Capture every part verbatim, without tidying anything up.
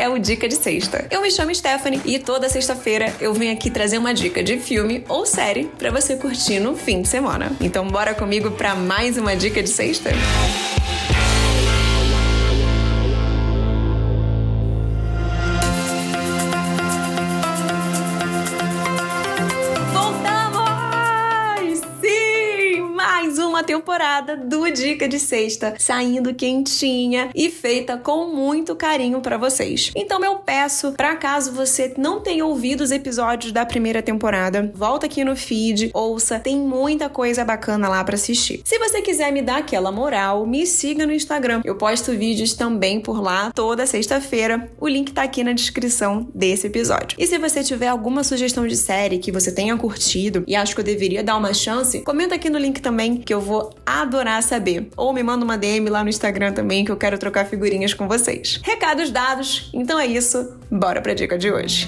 é o Dica de Sexta. Eu me chamo Stephanie e toda sexta-feira eu venho aqui trazer uma dica de filme ou série pra você curtir no fim de semana. Então bora comigo pra mais uma Dica de Sexta? Uma temporada do Dica de Sexta, saindo quentinha e feita com muito carinho pra vocês. Então eu peço, pra caso você não tenha ouvido os episódios da primeira temporada, volta aqui no feed, ouça, tem muita coisa bacana lá pra assistir. Se você quiser me dar aquela moral, me siga no Instagram. Eu posto vídeos também por lá toda sexta-feira. O link tá aqui na descrição desse episódio. E se você tiver alguma sugestão de série que você tenha curtido e acho que eu deveria dar uma chance, comenta aqui no link também que eu vou vou adorar saber. Ou me manda uma D M lá no Instagram também, que eu quero trocar figurinhas com vocês. Recados dados, então é isso. Bora pra dica de hoje.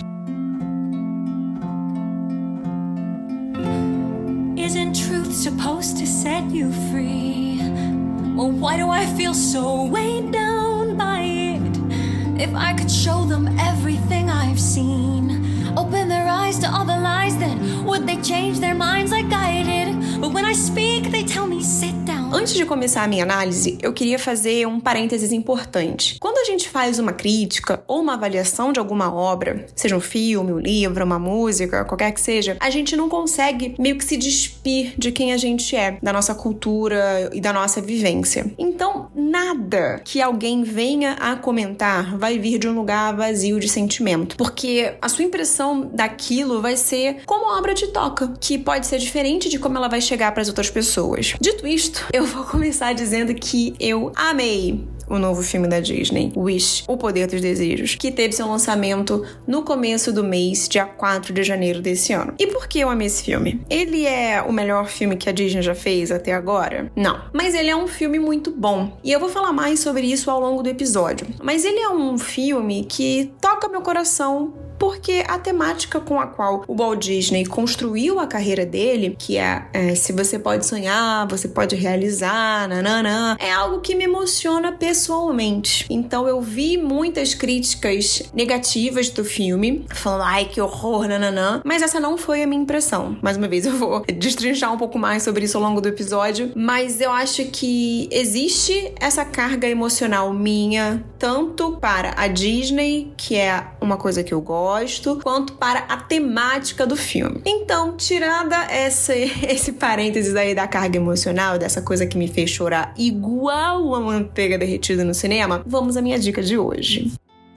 Isn't truth supposed to set you free? Well, why do I feel so weighed down by it? If I could show them everything I've seen, open their eyes to all the lies, then would they change their minds like I did? But when I speak, they tell me sit down. Antes de começar a minha análise, eu queria fazer um parênteses importante. Quando a gente faz uma crítica ou uma avaliação de alguma obra, seja um filme, um livro, uma música, qualquer que seja, a gente não consegue meio que se despir de quem a gente é, da nossa cultura e da nossa vivência. Então, nada que alguém venha a comentar vai vir de um lugar vazio de sentimento, porque a sua impressão daquilo vai ser como a obra te toca, que pode ser diferente de como ela vai chegar para as outras pessoas. Dito isto, eu vou começar dizendo que eu amei o novo filme da Disney, Wish, O Poder dos Desejos, que teve seu lançamento no começo do mês, dia quatro de janeiro desse ano. E por que eu amei esse filme? Ele é o melhor filme que a Disney já fez até agora? Não. Mas ele é um filme muito bom. E eu vou falar mais sobre isso ao longo do episódio. Mas ele é um filme que toca meu coração porque a temática com a qual o Walt Disney construiu a carreira dele, que é, é se você pode sonhar, você pode realizar, nananã, é algo que me emociona pessoalmente. Então eu vi muitas críticas negativas do filme, falando, ai, que horror, nananã, mas essa não foi a minha impressão. Mais uma vez, eu vou destrinchar um pouco mais sobre isso ao longo do episódio, mas eu acho que existe essa carga emocional minha, tanto para a Disney, que é uma coisa que eu gosto, quanto para a temática do filme. Então, tirada esse, esse parênteses aí da carga emocional, dessa coisa que me fez chorar igual a manteiga derretida no cinema, vamos à minha dica de hoje.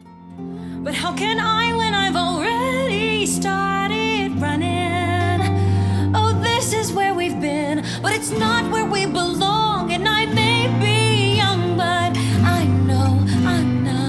But how can I when I've already started running? Oh, this is where we've been, but it's not where we belong, and I may be young, but I know I'm not.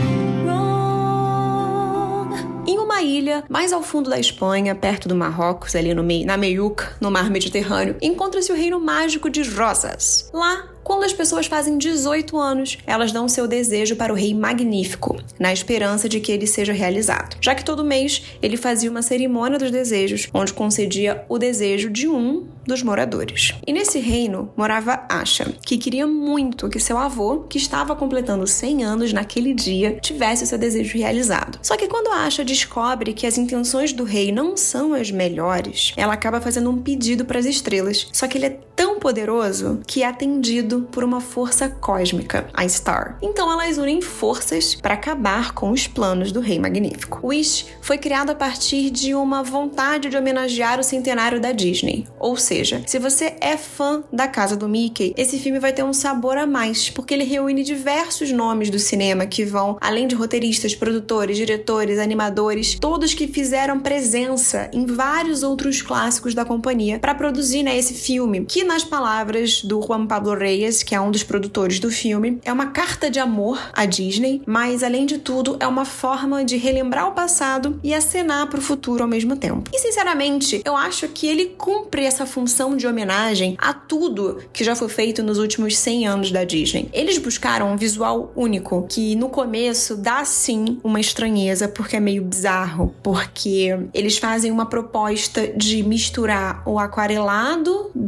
Em uma ilha, mais ao fundo da Espanha, perto do Marrocos, ali no meio, na meiuca, no mar Mediterrâneo, encontra-se o reino mágico de Rosas. Lá, quando as pessoas fazem dezoito anos, elas dão seu desejo para o Rei Magnífico, na esperança de que ele seja realizado. Já que todo mês ele fazia uma cerimônia dos desejos, onde concedia o desejo de um dos moradores. E nesse reino morava Asha, que queria muito que seu avô, que estava completando cem anos naquele dia, tivesse o seu desejo realizado. Só que quando Asha descobre que as intenções do rei não são as melhores, ela acaba fazendo um pedido para as estrelas. Só que ele é tão poderoso que é atendido por uma força cósmica, a Star. Então elas unem forças para acabar com os planos do Rei Magnífico. Wish foi criado a partir de uma vontade de homenagear o centenário da Disney. Ou seja, se você é fã da casa do Mickey, esse filme vai ter um sabor a mais, porque ele reúne diversos nomes do cinema que vão, além de roteiristas, produtores, diretores, animadores, todos que fizeram presença em vários outros clássicos da companhia para produzir, né, esse filme, que nas palavras do Juan Pablo Reyes, que é um dos produtores do filme, é uma carta de amor à Disney, mas além de tudo é uma forma de relembrar o passado e acenar para o futuro ao mesmo tempo. E sinceramente, eu acho que ele cumpre essa função de homenagem a tudo que já foi feito nos últimos cem anos da Disney. Eles buscaram um visual único, que no começo dá sim uma estranheza, porque é meio bizarro, porque eles fazem uma proposta de misturar o aquarelado dos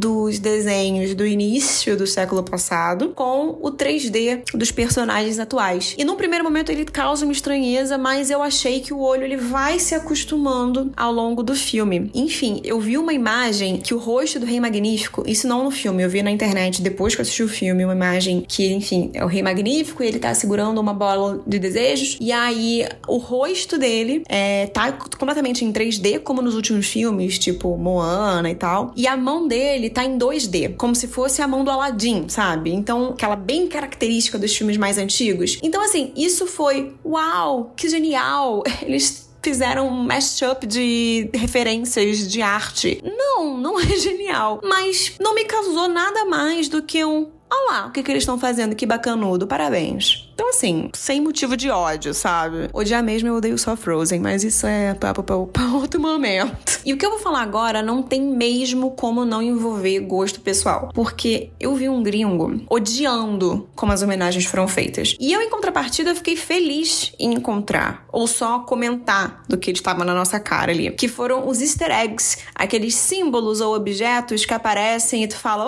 desenhos do início do século passado com o três D dos personagens atuais. E num primeiro momento ele causa uma estranheza, mas eu achei que o olho ele vai se acostumando ao longo do filme. Enfim, eu vi uma imagem que o rosto do Rei Magnífico, isso não no filme, eu vi na internet depois que eu assisti o filme, uma imagem que, enfim, é o Rei Magnífico e ele tá segurando uma bola de desejos, e aí o rosto dele é, tá completamente em três D, como nos últimos filmes, tipo Moana e tal, e a mão dele tá em dois D, como se fosse a mão do Aladdin, sabe? Então, aquela bem característica dos filmes mais antigos. Então, assim, isso foi, uau, que genial! Eles fizeram um mashup de referências de arte. Não, não é genial. Mas não me causou nada mais do que um... Olha lá o que, que eles estão fazendo, que bacanudo, parabéns. Então, assim, sem motivo de ódio, sabe? Odiar mesmo eu odeio só Frozen, mas isso é papo pra, pra outro momento. E o que eu vou falar agora não tem mesmo como não envolver gosto pessoal. Porque eu vi um gringo odiando como as homenagens foram feitas. E eu, em contrapartida, fiquei feliz em encontrar, ou só comentar do que estava na nossa cara ali. Que foram os easter eggs, aqueles símbolos ou objetos que aparecem e tu fala,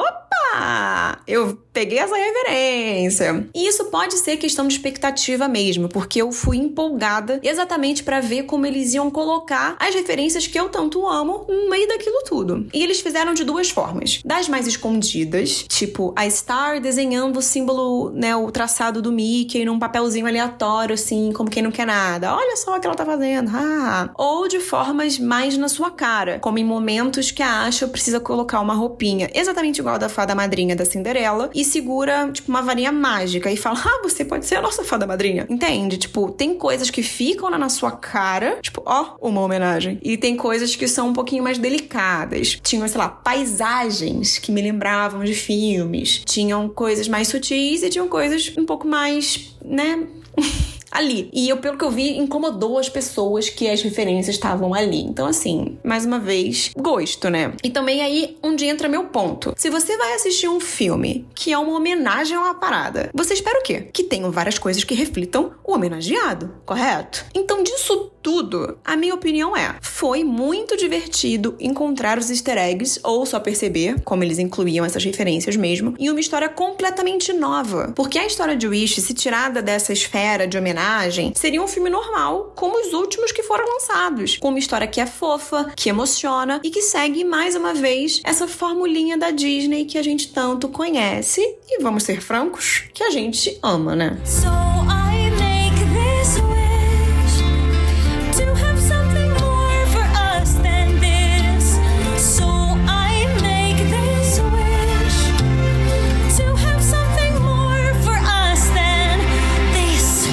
opa, eu peguei essa referência. E isso pode ser questão de expectativa mesmo, porque eu fui empolgada exatamente pra ver como eles iam colocar as referências que eu tanto amo no meio daquilo tudo. E eles fizeram de duas formas. Das mais escondidas, tipo a Star desenhando o símbolo, né, o traçado do Mickey num papelzinho aleatório, assim, como quem não quer nada. Olha só o que ela tá fazendo. Ah. Ou de formas mais na sua cara, como em momentos que a Asha precisa colocar uma roupinha exatamente igual a da fada madrinha da Cinderela e segura, tipo, uma varinha mágica e fala, ah, você pode ser a nossa fada madrinha. Entende? Tipo, tem coisas que ficam na sua cara, tipo, ó, uma homenagem. E tem coisas que são um pouquinho mais delicadas. Tinham, sei lá, paisagens que me lembravam de filmes. Tinham coisas mais sutis e tinham coisas um pouco mais, né... ali. E eu, pelo que eu vi, incomodou as pessoas que as referências estavam ali. Então, assim, mais uma vez, gosto, né? E também aí, onde entra meu ponto. Se você vai assistir um filme que é uma homenagem a uma parada, você espera o quê? Que tenham várias coisas que reflitam o homenageado, correto? Então, disso tudo, a minha opinião é, foi muito divertido encontrar os easter eggs, ou só perceber como eles incluíam essas referências mesmo, em uma história completamente nova. Porque a história de Wish, se tirada dessa esfera de homenagem, seria um filme normal, como os últimos que foram lançados, com uma história que é fofa, que emociona e que segue, mais uma vez, essa formulinha da Disney que a gente tanto conhece e, vamos ser francos, que a gente ama, né? So I make this wish to have something more for us than this. So I make this wish to have something more for us than this.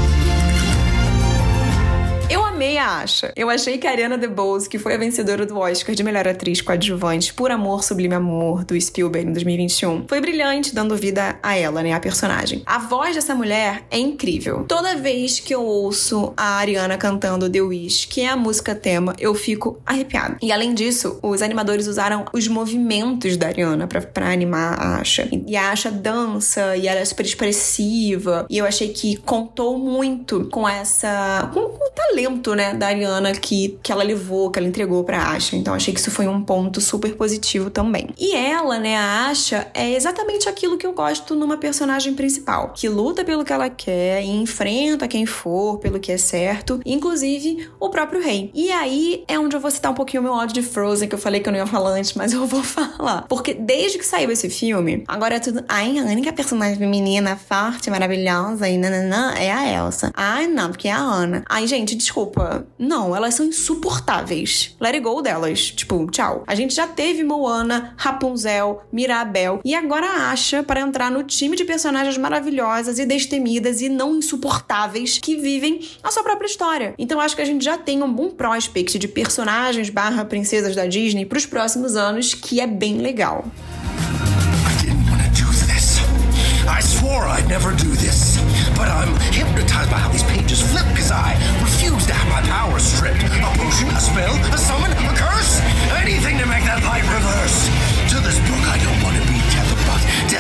Eu amei a Asha. Eu achei que a Ariana DeBose, que foi a vencedora do Oscar de melhor atriz coadjuvante por Amor, Sublime Amor, do Spielberg em dois mil e vinte e um, foi brilhante, dando vida a ela, né, a personagem. A voz dessa mulher é incrível. Toda vez que eu ouço a Ariana cantando The Wish, que é a música tema, eu fico arrepiada. E além disso, os animadores usaram os movimentos da Ariana pra, pra animar a Asha. E a Asha dança, e ela é super expressiva, e eu achei que contou muito com essa... com, com o talento, né, da Ariana que, que ela levou, que ela entregou pra Asha. Então achei que isso foi um ponto super positivo também. E ela, né, a Asha, é exatamente aquilo que eu gosto numa personagem principal, que luta pelo que ela quer e enfrenta quem for pelo que é certo, inclusive o próprio rei. E aí é onde eu vou citar um pouquinho o meu ódio de Frozen, que eu falei que eu não ia falar antes, mas eu vou falar. Porque desde que saiu esse filme, agora é tudo... Ai, a única personagem feminina forte, maravilhosa e nananã é a Elsa. Ai, não, porque é a Anna. Ai, gente, desculpa. Não, elas são insuportáveis. Let it go delas. Tipo, tchau. A gente já teve Moana, Rapunzel, Mirabel e agora a Asha para entrar no time de personagens maravilhosas e destemidas e não insuportáveis que vivem a sua própria história. Então acho que a gente já tem um bom prospect de personagens barra princesas da Disney pros próximos anos, que é bem legal. I didn't want to do this. I swore I'd never do this. But I'm hypnotized by how these pages flip because I refuse to have my powers stripped. A potion, a spell, a summon, a curse. Anything to make that light reverse. To this book I don't want to be tethered, but desperate times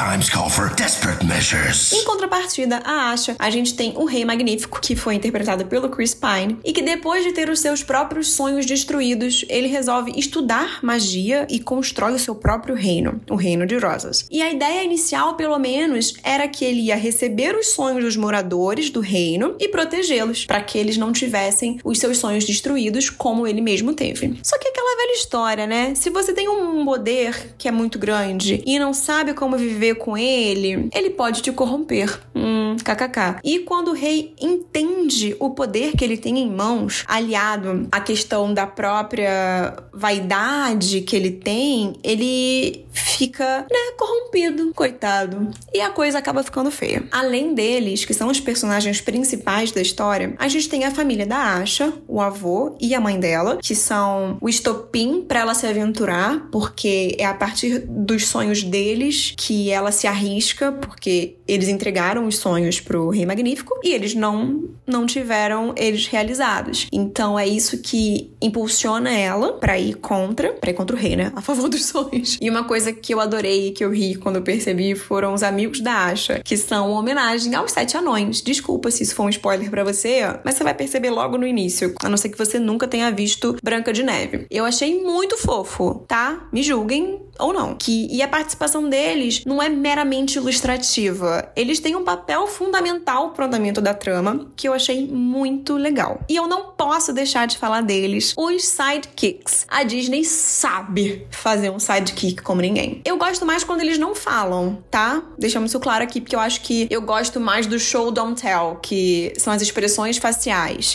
times call for desperate measures. Em contrapartida, a Asha, a gente tem o Rei Magnífico, que foi interpretado pelo Chris Pine, e que depois de ter os seus próprios sonhos destruídos, ele resolve estudar magia e constrói o seu próprio reino, o Reino de Rosas. E a ideia inicial, pelo menos, era que ele ia receber os sonhos dos moradores do reino e protegê-los, para que eles não tivessem os seus sonhos destruídos como ele mesmo teve. Só que aquela velha história, né? Se você tem um poder que é muito grande e não sabe como viver com ele, ele pode te corromper. Hum, kkk. E quando o rei entende o poder que ele tem em mãos, aliado à questão da própria vaidade que ele tem, ele fica, né, corrompido, coitado. E a coisa acaba ficando feia. Além deles, que são os personagens principais da história, a gente tem a família da Asha, o avô e a mãe dela, que são o estopim pra ela se aventurar, porque é a partir dos sonhos deles que ela se arrisca, porque eles entregaram os sonhos pro Rei Magnífico e eles não, não tiveram eles realizados. Então é isso que impulsiona ela pra ir contra, pra ir contra o rei, né? A favor dos sonhos. E uma coisa que eu adorei e que eu ri quando eu percebi foram os amigos da Asha, que são uma homenagem aos Sete Anões. Desculpa se isso for um spoiler pra você, mas você vai perceber logo no início, a não ser que você nunca tenha visto Branca de Neve. Eu achei muito fofo, tá? Me julguem ou não. Que, e a participação deles não é meramente ilustrativa. Eles têm um papel fundamental pro andamento da trama, que eu achei muito legal. E eu não posso deixar de falar deles, os sidekicks. A Disney sabe fazer um sidekick como ninguém. Eu gosto mais quando eles não falam, tá? Deixamos isso claro aqui, porque eu acho que eu gosto mais do show don't tell, que são as expressões faciais.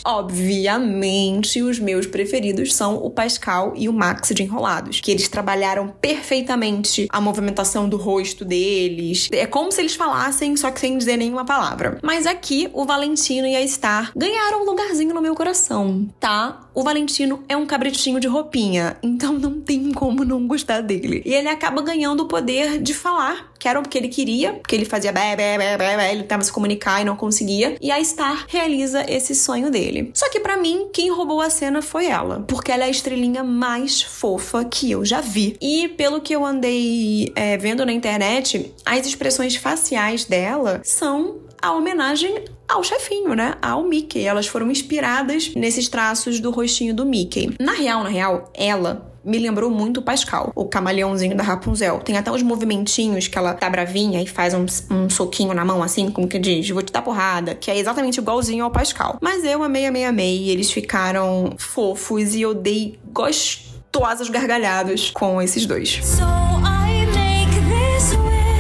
Obviamente, os meus preferidos são o Pascal e o Max de Enrolados, que eles trabalharam perfeitamente a movimentação do rosto deles. É como se eles falassem, só que sem dizer nenhuma palavra. Mas aqui, o Valentino e a Star ganharam um lugarzinho no meu coração, tá? O Valentino é um cabritinho de roupinha, então não tem como não gostar dele. E ele acaba ganhando o poder de falar, que era o que ele queria, porque ele fazia bé, bé, bé, bé, bé, ele tentava se comunicar e não conseguia. E a Star realiza esse sonho dele. Só que pra mim, quem roubou a cena foi ela, porque ela é a estrelinha mais fofa que eu já vi. E pelo que eu andei é, vendo na internet, as expressões faciais dela são a homenagem ao chefinho, né? Ao Mickey. Elas foram inspiradas nesses traços do rostinho do Mickey. Na real, na real, ela me lembrou muito o Pascal, o camaleãozinho da Rapunzel. Tem até uns movimentinhos que ela tá bravinha e faz um, um soquinho na mão, assim, como que diz, vou te dar porrada, que é exatamente igualzinho ao Pascal. Mas eu amei, amei, amei. Eles ficaram fofos e eu dei gostosas gargalhadas com esses dois. So I make this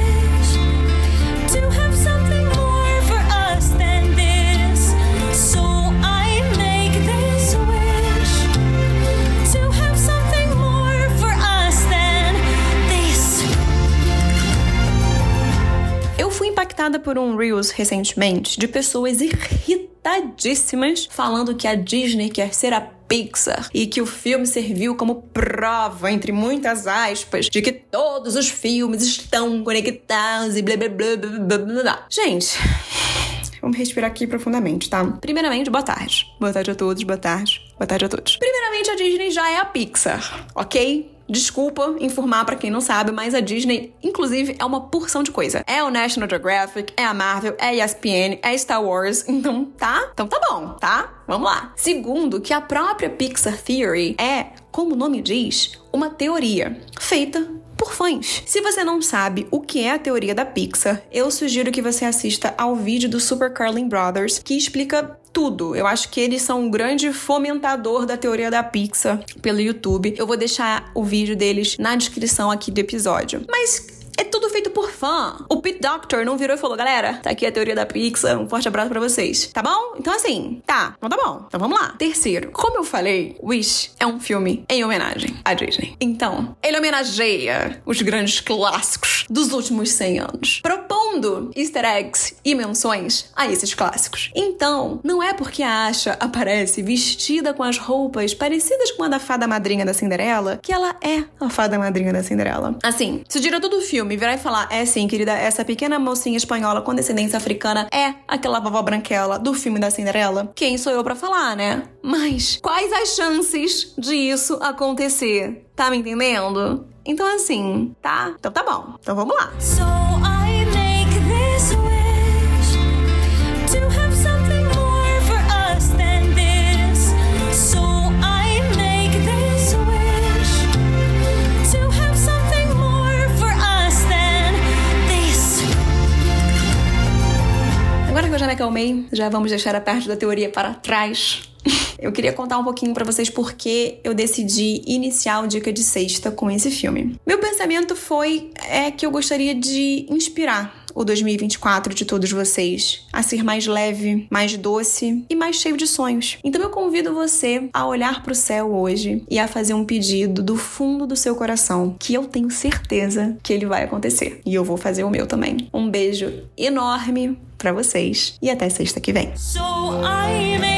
wish to have something more for us than this. So I make this wish to have something more for us than this. Eu fui impactada por um Reels recentemente de pessoas irritadíssimas falando que a Disney quer ser a Pixar e que o filme serviu como prova, entre muitas aspas, de que todos os filmes estão conectados e blá blá blá blá blá blá. Gente, vamos respirar aqui profundamente, tá? Primeiramente, boa tarde. Boa tarde a todos, boa tarde. Boa tarde a todos. Primeiramente, a Disney já é a Pixar, ok? Desculpa informar pra quem não sabe, mas a Disney, inclusive, é uma porção de coisa. É o National Geographic, é a Marvel, é a E S P N, é Star Wars, então tá? Então tá bom, tá? Vamos lá. Segundo, que a própria Pixar Theory é, como o nome diz, uma teoria feita por fãs. Se você não sabe o que é a teoria da Pixar, eu sugiro que você assista ao vídeo do Super Carlin Brothers, que explica tudo. Eu acho que eles são um grande fomentador da teoria da Pixar pelo YouTube. Eu vou deixar o vídeo deles na descrição aqui do episódio. Mas é tudo feito por fã. O Pete Docter não virou e falou, galera, tá aqui a teoria da Pixar, um forte abraço pra vocês. Tá bom? Então assim, tá. Então tá bom. Então vamos lá. Terceiro, como eu falei, Wish é um filme em homenagem à Disney. Então, ele homenageia os grandes clássicos dos últimos cem anos, propondo easter eggs e menções a esses clássicos. Então, não é porque a Asha aparece vestida com as roupas parecidas com a da fada madrinha da Cinderela que ela é a fada madrinha da Cinderela. Assim, se o diretor do filme virar e falar, é sim, querida, essa pequena mocinha espanhola com descendência africana é aquela vovó branquela do filme da Cinderela, quem sou eu pra falar, né? Mas quais as chances de isso acontecer? Tá me entendendo? Então assim, tá? Então tá bom. Então vamos lá. So I acalmei, já vamos deixar a parte da teoria para trás. Eu queria contar um pouquinho pra vocês porque eu decidi iniciar o Dica de Sexta com esse filme. Meu pensamento foi é que eu gostaria de inspirar o dois mil e vinte e quatro de todos vocês a ser mais leve, mais doce e mais cheio de sonhos. Então eu convido você a olhar pro céu hoje e a fazer um pedido do fundo do seu coração, que eu tenho certeza que ele vai acontecer. E eu vou fazer o meu também. Um beijo enorme pra vocês e até sexta que vem. So I